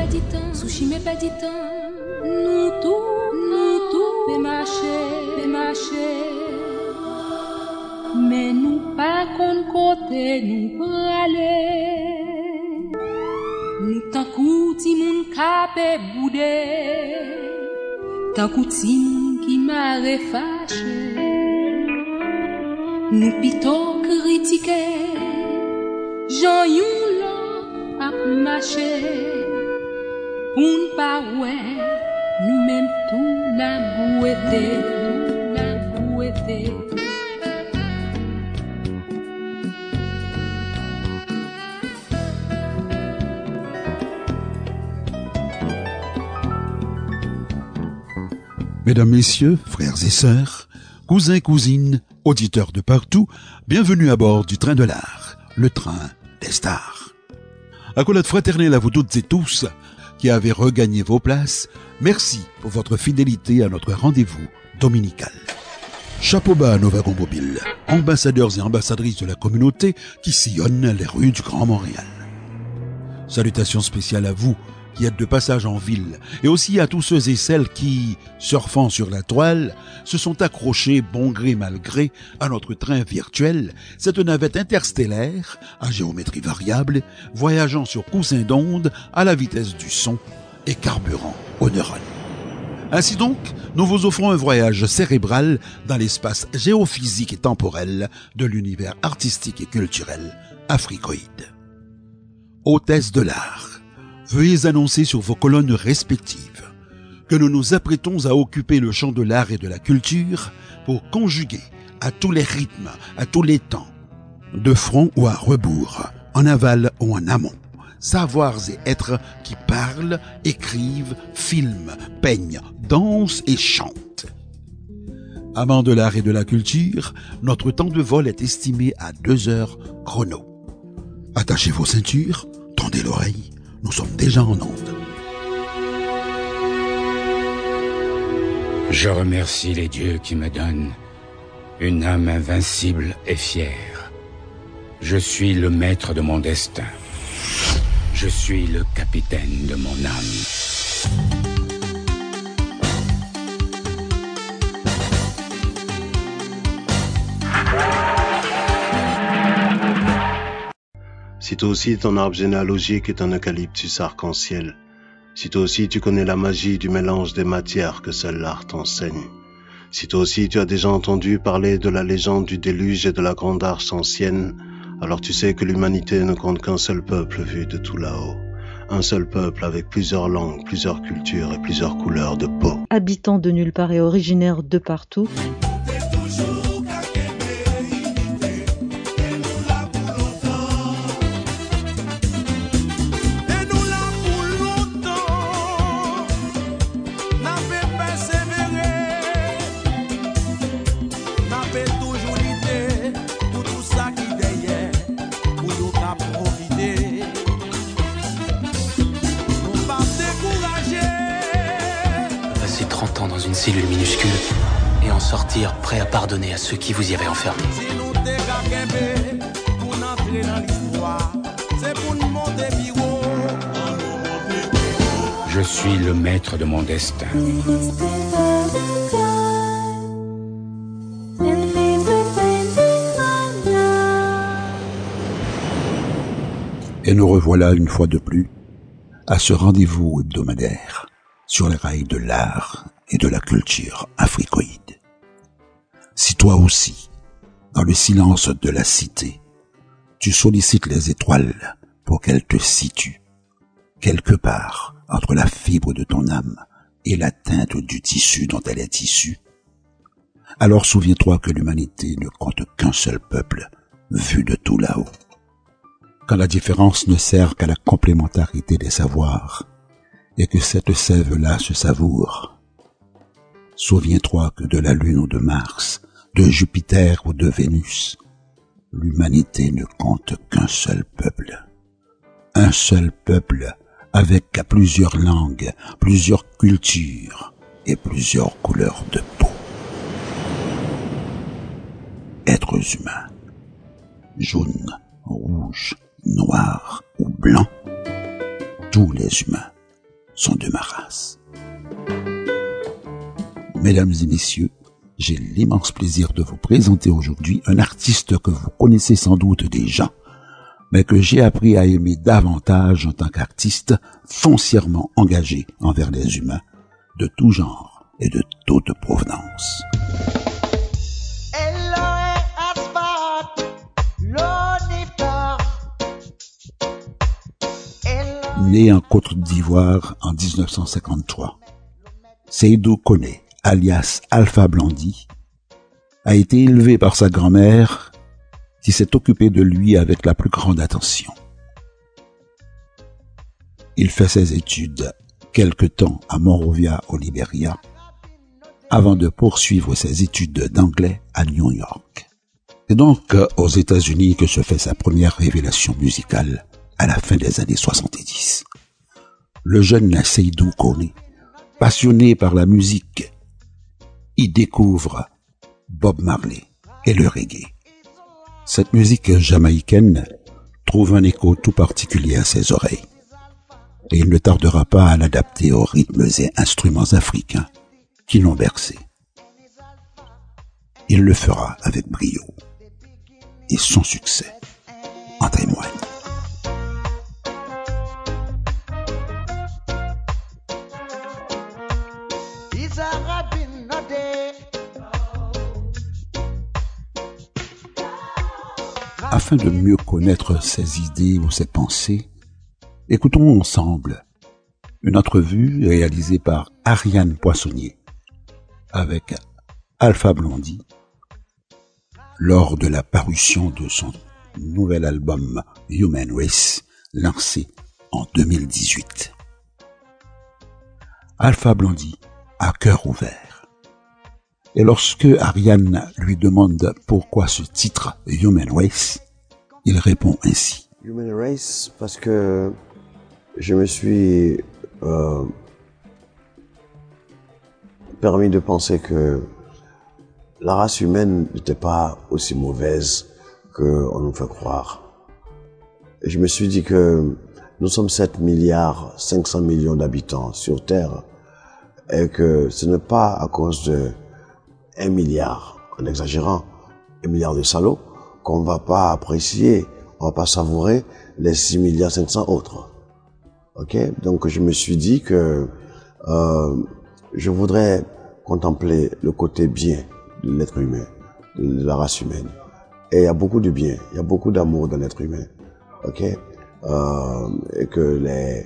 péditant, sushi me péditant, nous tout, pémaché. Mais nous pas qu'on côté nous pour aller. Nous tant qu'outi moun capé boudé, tant qu'outi moun qui m'a refâché. Nous plutôt critiquer, Jean yon a marché. Pour pas ouais, nous même tout la bouette. Mesdames, Messieurs, frères et sœurs, cousins, cousines, auditeurs de partout, bienvenue à bord du train de l'art, le train des stars. Accolade fraternelle à vous toutes et tous qui avez regagné vos places, merci pour votre fidélité à notre rendez-vous dominical. Chapeau bas à nos wagons mobiles, ambassadeurs et ambassadrices de la communauté qui sillonnent les rues du Grand Montréal. Salutations spéciales à vous qui êtes de passage en ville, et aussi à tous ceux et celles qui, surfant sur la toile, se sont accrochés bon gré mal gré à notre train virtuel, cette navette interstellaire à géométrie variable, voyageant sur coussin d'onde à la vitesse du son et carburant aux neurones. Ainsi donc, nous vous offrons un voyage cérébral dans l'espace géophysique et temporel de l'univers artistique et culturel africoïde. Hôtesse de l'art, veuillez annoncer sur vos colonnes respectives que nous nous apprêtons à occuper le champ de l'art et de la culture pour conjuguer à tous les rythmes, à tous les temps, de front ou à rebours, en aval ou en amont, savoirs et êtres qui parlent, écrivent, filment, peignent, dansent et chantent. Amants de l'art et de la culture, notre temps de vol est estimé à 2 heures chrono. Attachez vos ceintures, tendez l'oreille, nous sommes déjà en onde. Je remercie les dieux qui me donnent une âme invincible et fière. Je suis le maître de mon destin. Je suis le capitaine de mon âme. Si toi aussi ton arbre généalogique est un eucalyptus arc-en-ciel, si toi aussi tu connais la magie du mélange des matières que seul l'art t'enseigne, si toi aussi tu as déjà entendu parler de la légende du déluge et de la grande arche ancienne, alors tu sais que l'humanité ne compte qu'un seul peuple vu de tout là-haut. Un seul peuple avec plusieurs langues, plusieurs cultures et plusieurs couleurs de peau. Habitant de nulle part et originaire de partout, dans une cellule minuscule et en sortir prêt à pardonner à ceux qui vous y avaient enfermé. Je suis le maître de mon destin. Et nous revoilà une fois de plus à ce rendez-vous hebdomadaire sur les rails de l'art et de la culture africoïde. Si toi aussi, dans le silence de la cité, tu sollicites les étoiles pour qu'elles te situent, quelque part entre la fibre de ton âme et la teinte du tissu dont elle est issue, alors souviens-toi que l'humanité ne compte qu'un seul peuple, vu de tout là-haut. Quand la différence ne sert qu'à la complémentarité des savoirs, et que cette sève-là se savoure. Souviens-toi que de la Lune ou de Mars, de Jupiter ou de Vénus, l'humanité ne compte qu'un seul peuple. Un seul peuple avec plusieurs langues, plusieurs cultures et plusieurs couleurs de peau. Êtres humains, jaunes, rouges, noirs ou blancs, tous les humains sont de ma race. Mesdames et messieurs, j'ai l'immense plaisir de vous présenter aujourd'hui un artiste que vous connaissez sans doute déjà, mais que j'ai appris à aimer davantage en tant qu'artiste foncièrement engagé envers les humains de tout genre et de toute provenance. Né en Côte d'Ivoire en 1953, Seydou Koné, alias Alpha Blondy, a été élevé par sa grand-mère qui s'est occupée de lui avec la plus grande attention. Il fait ses études quelque temps à Monrovia au Libéria avant de poursuivre ses études d'anglais à New York. C'est donc aux États-Unis que se fait sa première révélation musicale à la fin des années 70. Le jeune Seydou Koné, passionné par la musique, y découvre Bob Marley et le reggae. Cette musique jamaïcaine trouve un écho tout particulier à ses oreilles, et il ne tardera pas à l'adapter aux rythmes et instruments africains qui l'ont bercé. Il le fera avec brio, et son succès en témoigne. Afin de mieux connaître ses idées ou ses pensées, écoutons ensemble une entrevue réalisée par Ariane Poissonnier avec Alpha Blondy lors de la parution de son nouvel album Human Race, lancé en 2018. Alpha Blondy a cœur ouvert. Et lorsque Ariane lui demande pourquoi ce titre Human Race, il répond ainsi. Human Race parce que je me suis permis de penser que la race humaine n'était pas aussi mauvaise qu'on nous fait croire. Et je me suis dit que nous sommes 7 milliards 500 millions d'habitants sur Terre et que ce n'est pas à cause de 1 milliard, en exagérant, 1 milliard de salauds, qu'on ne va pas apprécier, on ne va pas savourer les 6 milliards 500 autres. Ok? Donc je me suis dit que je voudrais contempler le côté bien de l'être humain, de la race humaine. Et il y a beaucoup de bien, il y a beaucoup d'amour dans l'être humain. Ok? Et que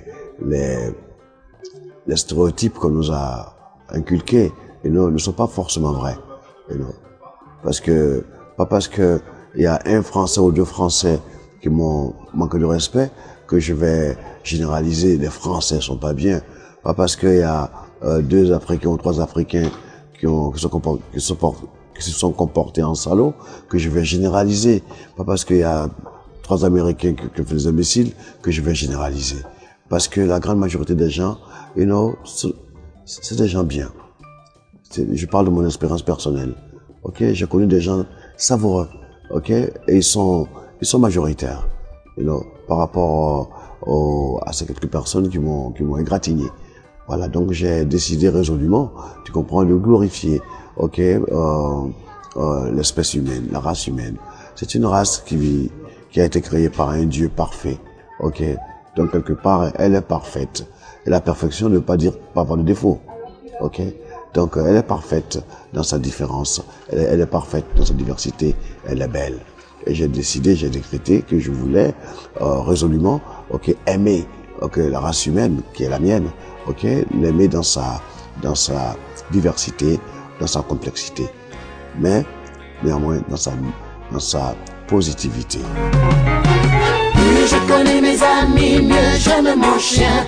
les stéréotypes qu'on nous a inculqués ne sont pas forcément vrais. Parce que, pas parce que il y a un Français ou 2 Français qui m'ont manqué de respect que je vais généraliser les Français sont pas bien. Pas parce qu'il y a 2 Africains ou 3 Africains qui se sont comportés en salauds que je vais généraliser. Pas parce qu'il y a 3 Américains qui font des imbéciles que je vais généraliser. Parce que la grande majorité des gens, c'est des gens bien. Je parle de mon expérience personnelle. Ok, j'ai connu des gens savoureux. Ok, et ils sont majoritaires. Par rapport à ces quelques personnes qui m'ont égratigné. Voilà, donc j'ai décidé résolument, tu comprends, de glorifier. Ok, l'espèce humaine, la race humaine. C'est une race qui a été créée par un Dieu parfait. Ok, donc quelque part, elle est parfaite. Et la perfection ne veut pas dire pas avoir de défaut. Ok. Donc, elle est parfaite dans sa différence, elle est parfaite dans sa diversité, elle est belle. Et j'ai décrété que je voulais résolument, aimer, la race humaine qui est la mienne, l'aimer dans sa diversité, dans sa complexité, mais néanmoins dans sa positivité. Plus je connais mes amis, mieux j'aime mon chien.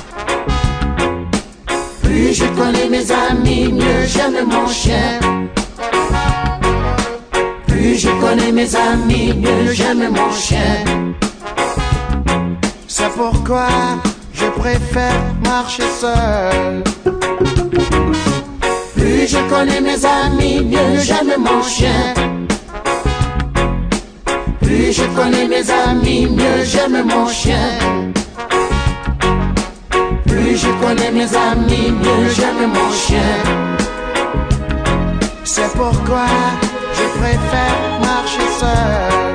Plus je connais mes amis, mieux j'aime mon chien. Plus je connais mes amis, mieux j'aime mon chien. C'est pourquoi je préfère marcher seul. Plus je connais mes amis, mieux j'aime mon chien. Plus je connais mes amis, mieux j'aime mon chien. Plus je connais mes amis, mieux j'aime mon chien. C'est pourquoi je préfère marcher seul.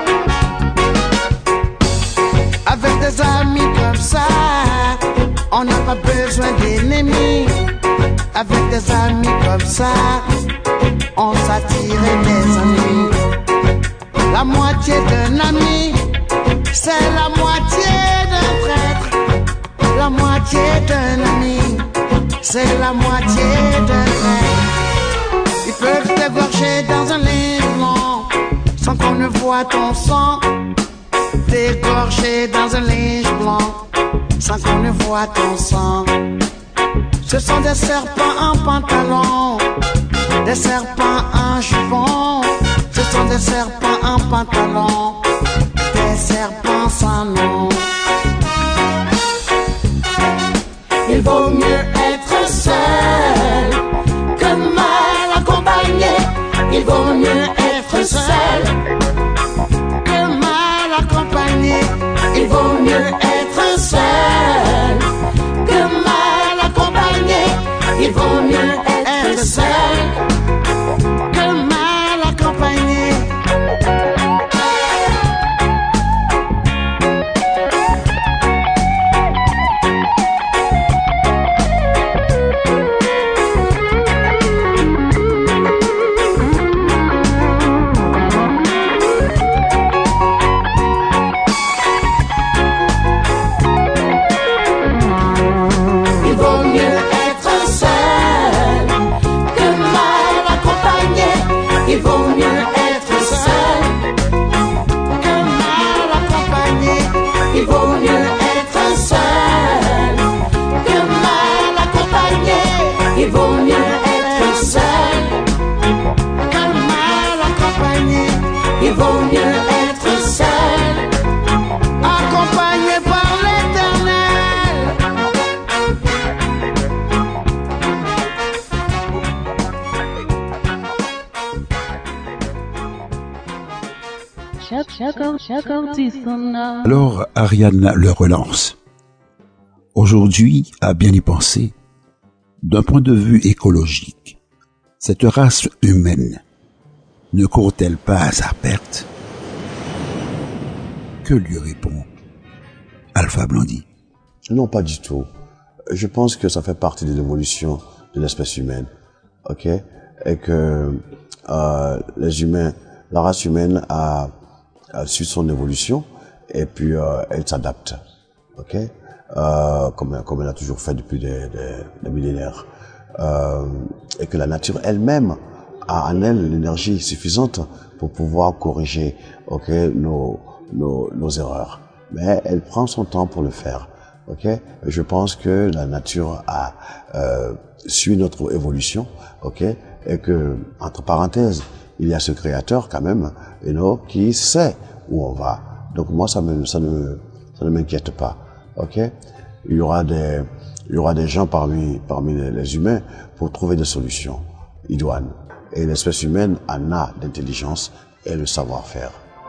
Avec des amis comme ça, on n'a pas besoin d'ennemis. Avec des amis comme ça, on s'attire des ennuis. La moitié d'un ami, c'est la moitié d'un traître. La moitié d'un ami, c'est la moitié d'un traître. Ils peuvent t'égorger dans un linge blanc sans qu'on ne voie ton sang. T'égorger dans un linge blanc sans qu'on ne voie ton sang. Ce sont des serpents en pantalon, des serpents en jupon. Ce sont des serpents en pantalon, des serpents sans nom. Il vaut mieux être seul que mal accompagné. Il vaut mieux être seul que mal accompagné. Il vaut mieux être seul que mal accompagné. Il vaut mieux être seul que mal accompagné. Alors Ariane le relance. Aujourd'hui, à bien y penser, d'un point de vue écologique, cette race humaine ne court-elle pas à sa perte? Que lui répond Alpha Blondy? Non, pas du tout. Je pense que ça fait partie de l'évolution de l'espèce humaine, ok? Et que les humains, la race humaine a suit son évolution et puis elle s'adapte, ok, comme elle a toujours fait depuis des millénaires, et que la nature elle-même a en elle l'énergie suffisante pour pouvoir corriger, ok, nos erreurs, mais elle prend son temps pour le faire, ok. Je pense que la nature a suit notre évolution, ok, et que entre parenthèses il y a ce créateur quand même, qui sait où on va. Donc moi ça ne m'inquiète pas. Ok. Il y aura des gens parmi les humains pour trouver des solutions idoines. Et l'espèce humaine en a l'intelligence et le savoir-faire.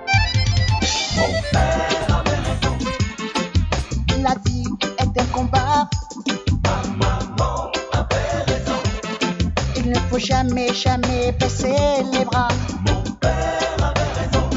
Mon père avait raison. La vie est un combat. Ma maman avait raison. Il ne faut jamais baisser les bras. Mon père avait raison.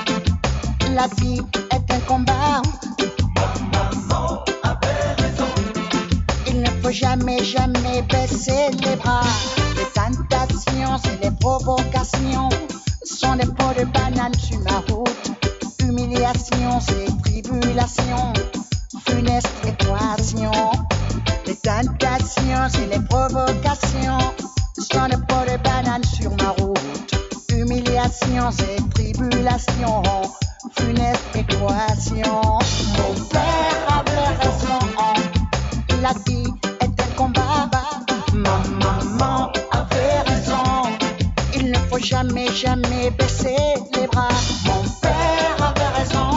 La vie est un combat. Ma maman avait raison. Il ne faut jamais baisser les bras. Les tentations et les provocations sont des pots de banane sur ma route. Humiliations et tribulations, funeste équation. Les tentations et les provocations sont des pots de banane sur ma route. Humiliations et tribulations, funeste équation. Mon père avait raison. La vie est un combat. Ma maman avait raison. Il ne faut jamais baisser les bras. Mon père avait raison.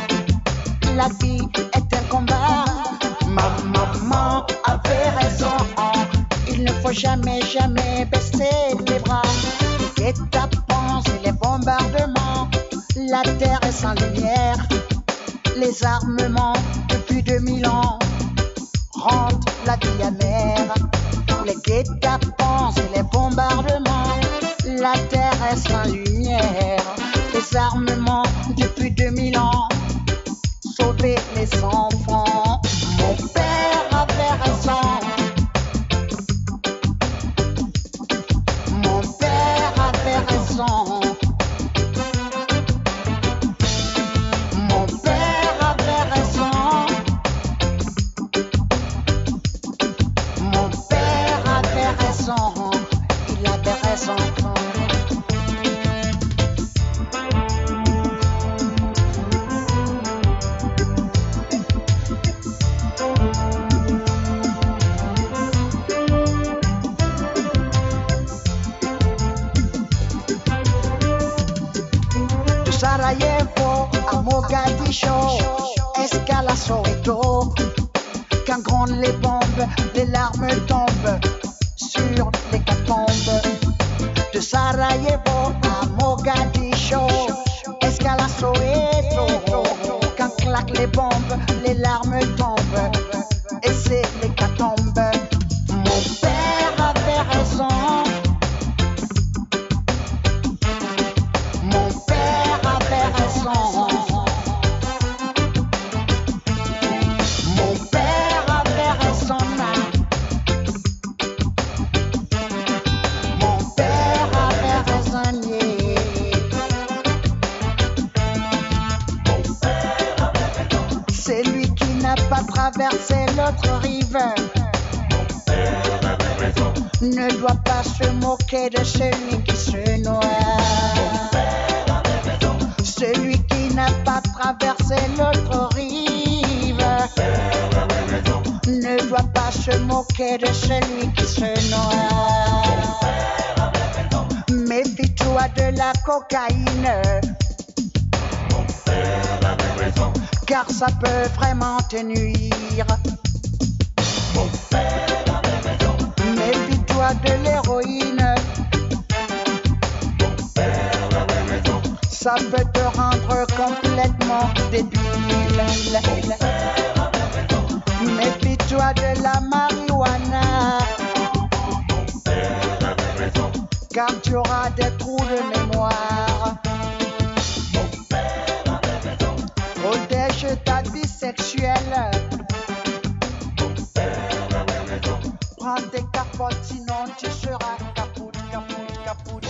La vie est un combat. Ma maman avait raison. Il ne faut jamais baisser les bras. Les guet-apens et les bombardements. La terre est sans lumière. Les armements depuis 2000 ans rendent vie amère. Les guet-apens et les bombardements, la terre est sans lumière. Les armements depuis 2000 ans, sauver les enfants. Mon père avait raison. Mon père avait raison. Mon père avait raison. Mon père avait raison. Il avait raison. Sarajevo à Mogadiscio, escale à Soweto. Quand grondent les bombes, les larmes tombent sur les catacombes. De Sarajevo à Mogadiscio, escale à Soweto. Quand claquent les bombes, les larmes tombent et c'est l'hécatombe. Mon père avait raison. Traverser l'autre rive ne doit pas se moquer de celui qui se noie. Celui qui n'a pas traversé l'autre rive ne doit pas se moquer de celui qui se noie. Méfie-toi de la cocaïne, car ça peut vraiment te nuire. Méfie-toi de l'héroïne, ça peut te rendre complètement débile. Méfie-toi de la marijuana, car tu auras des trous de mémoire. Protège ta vie sexuelle. Prends tes capotes, sinon tu seras capoute, capoute, capoute.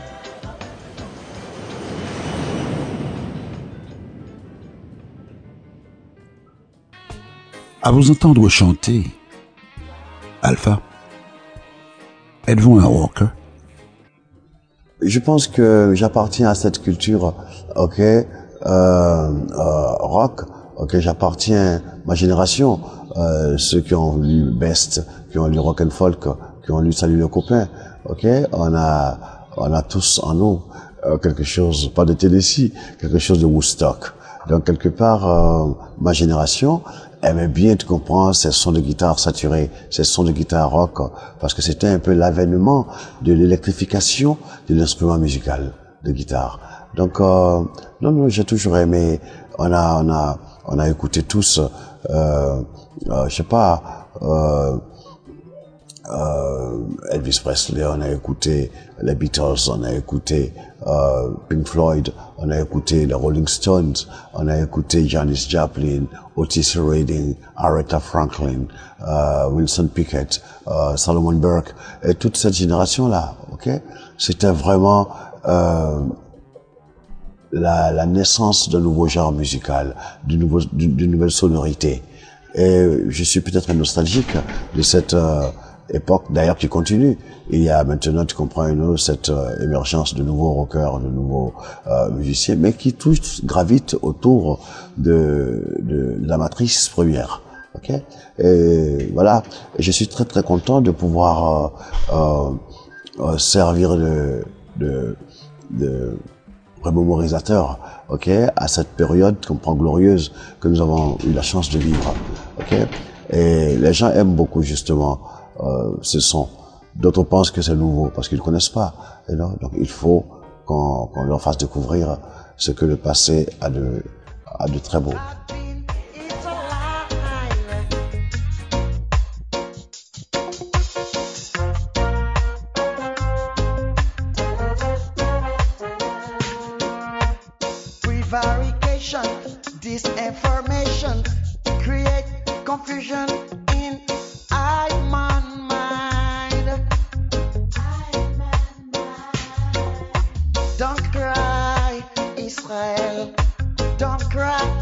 À vous entendre chanter, Alpha, êtes-vous un rocker? Je pense que j'appartiens à cette culture, ok, rock, ok, j'appartiens, ma génération, ceux qui ont lu Best, qui ont lu Rock and Folk, qui ont lu Salut le copain, ok, on a tous en nous quelque chose, pas de Tennessee, quelque chose de Woodstock. Donc quelque part, ma génération aimait bien, tu comprends, ces sons de guitare saturés, ces sons de guitare rock, parce que c'était un peu l'avènement de l'électrification de l'instrument musical de guitare. Donc non, j'ai toujours aimé. On a écouté tous, je sais pas, Elvis Presley, on a écouté les Beatles, on a écouté Pink Floyd, on a écouté les Rolling Stones, on a écouté Janis Joplin, Otis Redding, Aretha Franklin, Wilson Pickett, Solomon Burke, et toute cette génération-là, ok? C'était vraiment la naissance d'un nouveau genre musical, d'une nouvelle sonorité. Et je suis peut-être nostalgique de cette époque, d'ailleurs, qui continue. Il y a maintenant, tu comprends, cette émergence de nouveaux rockers, de nouveaux musiciens, mais qui tous gravitent autour de la matrice première. Ok? Et voilà. Et je suis très très content de pouvoir servir de remémorisateur, ok, à cette période qu'on prend glorieuse que nous avons eu la chance de vivre, ok. Et les gens aiment beaucoup justement ce son. D'autres pensent que c'est nouveau parce qu'ils ne connaissent pas. Et non, donc il faut qu'on leur fasse découvrir ce que le passé a de très beau. confusion in I man mind. Don't cry, Israel. Don't cry.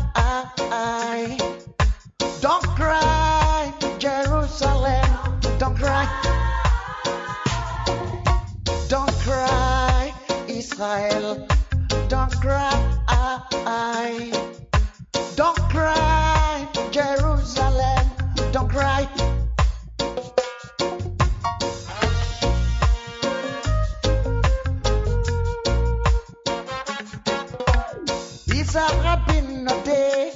Don't cry, Jerusalem. Don't cry. Don't cry, Israel. Don't cry. Don't cry, Jerusalem. Don't cry. These are been a day.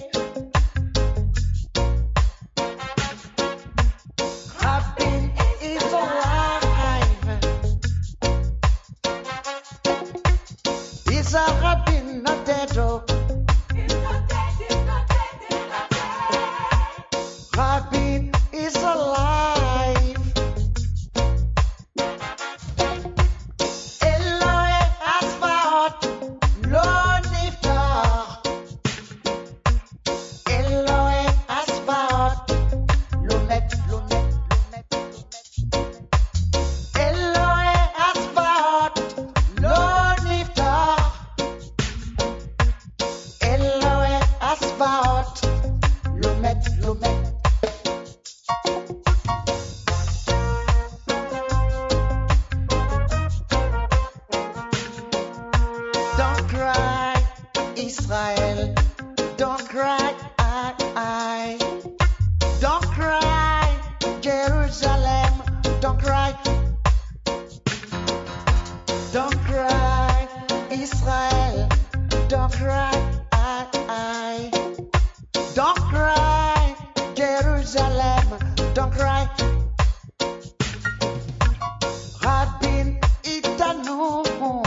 Rabin is alive. These are been a dead. Rabin is alive. Elohe Asfaot, Lo Niftar. Elohe Asfaot, Lumet. Elohe Asfaot, Lo Niftar. Elohe Asfaot, Lumet. Don't cry, Israel. Don't cry, I. Don't cry, Jerusalem. Don't cry. Don't cry, Israel. Don't cry, I. Don't cry, Jerusalem. Don't cry. Rabin Itanu.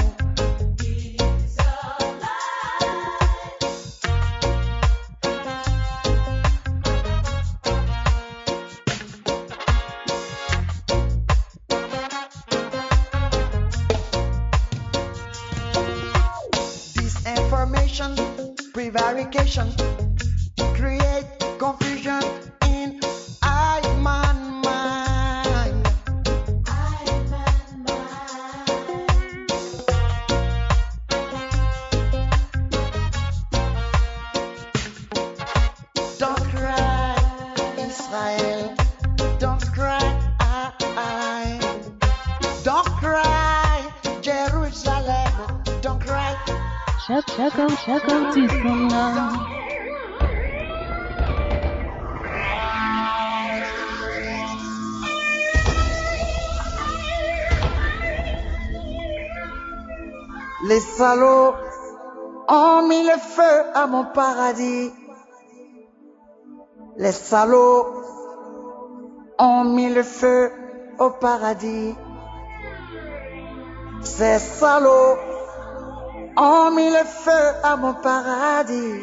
Disinformation, prevarication, create confusion in I man mind. Don't cry, Israel. Don't cry, I. Don't cry, Jerusalem. Don't cry. Chacun dit son âme. Les salauds ont mis le feu à mon paradis. Les salauds ont mis le feu au paradis. Ces salauds ont mis le feu à mon paradis.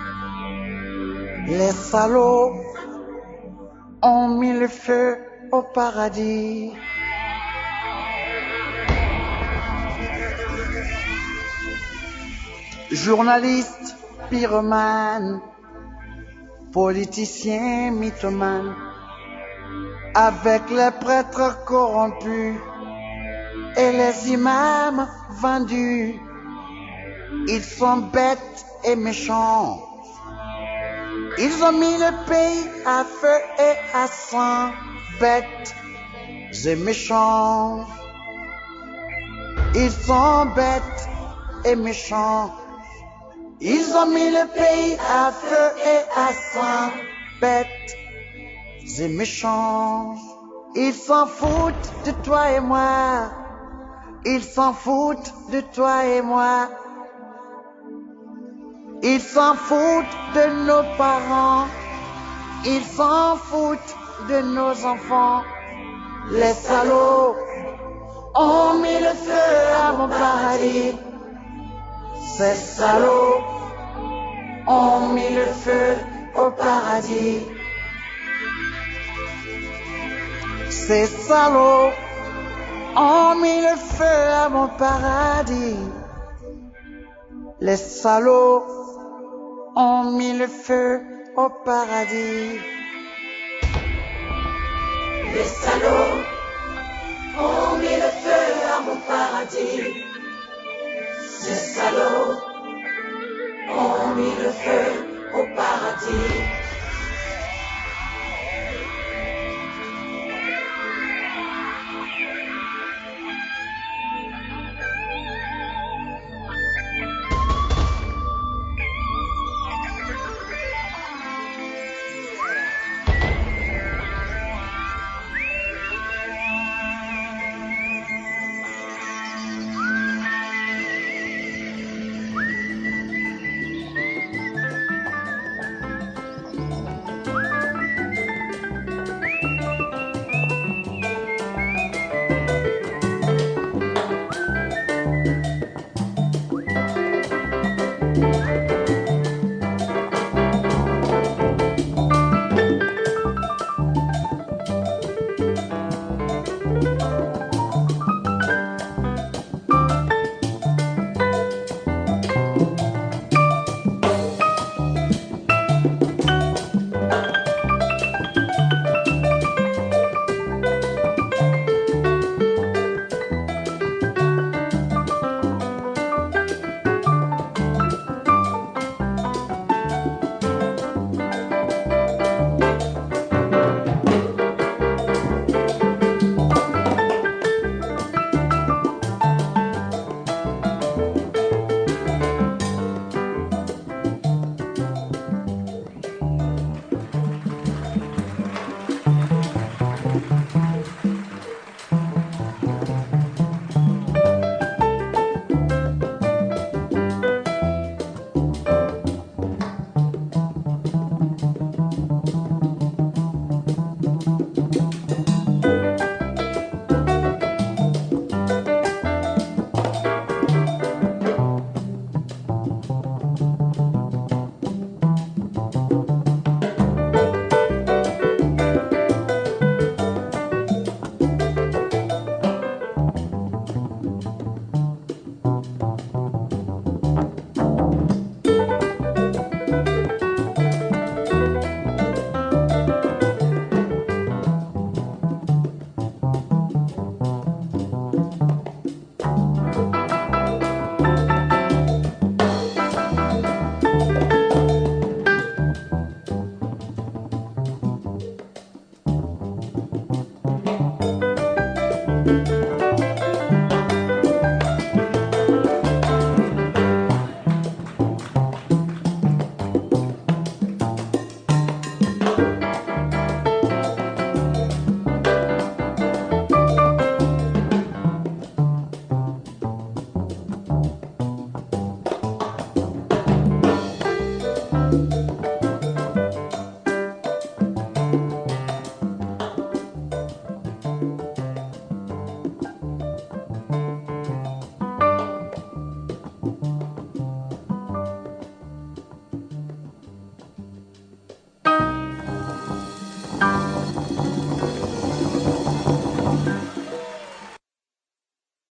Les salauds ont mis le feu au paradis. Journalistes, pyromanes, politiciens, mythomanes, avec les prêtres corrompus et les imams vendus. Ils sont bêtes et méchants. Ils ont mis le pays à feu et à sang. Bêtes et méchants. Ils sont bêtes et méchants. Ils ont mis le pays à feu et à sang. Bêtes et méchants. Ils s'en foutent de toi et moi. Ils s'en foutent de toi et moi. Ils s'en foutent de nos parents. Ils s'en foutent de nos enfants. Les salauds ont mis le feu à mon paradis. Ces salauds ont mis le feu au paradis. Ces salauds ont mis le feu à mon paradis. Les salauds ont mis le feu au paradis. Les salauds ont mis le feu à mon paradis. Ces salauds ont mis le feu au paradis.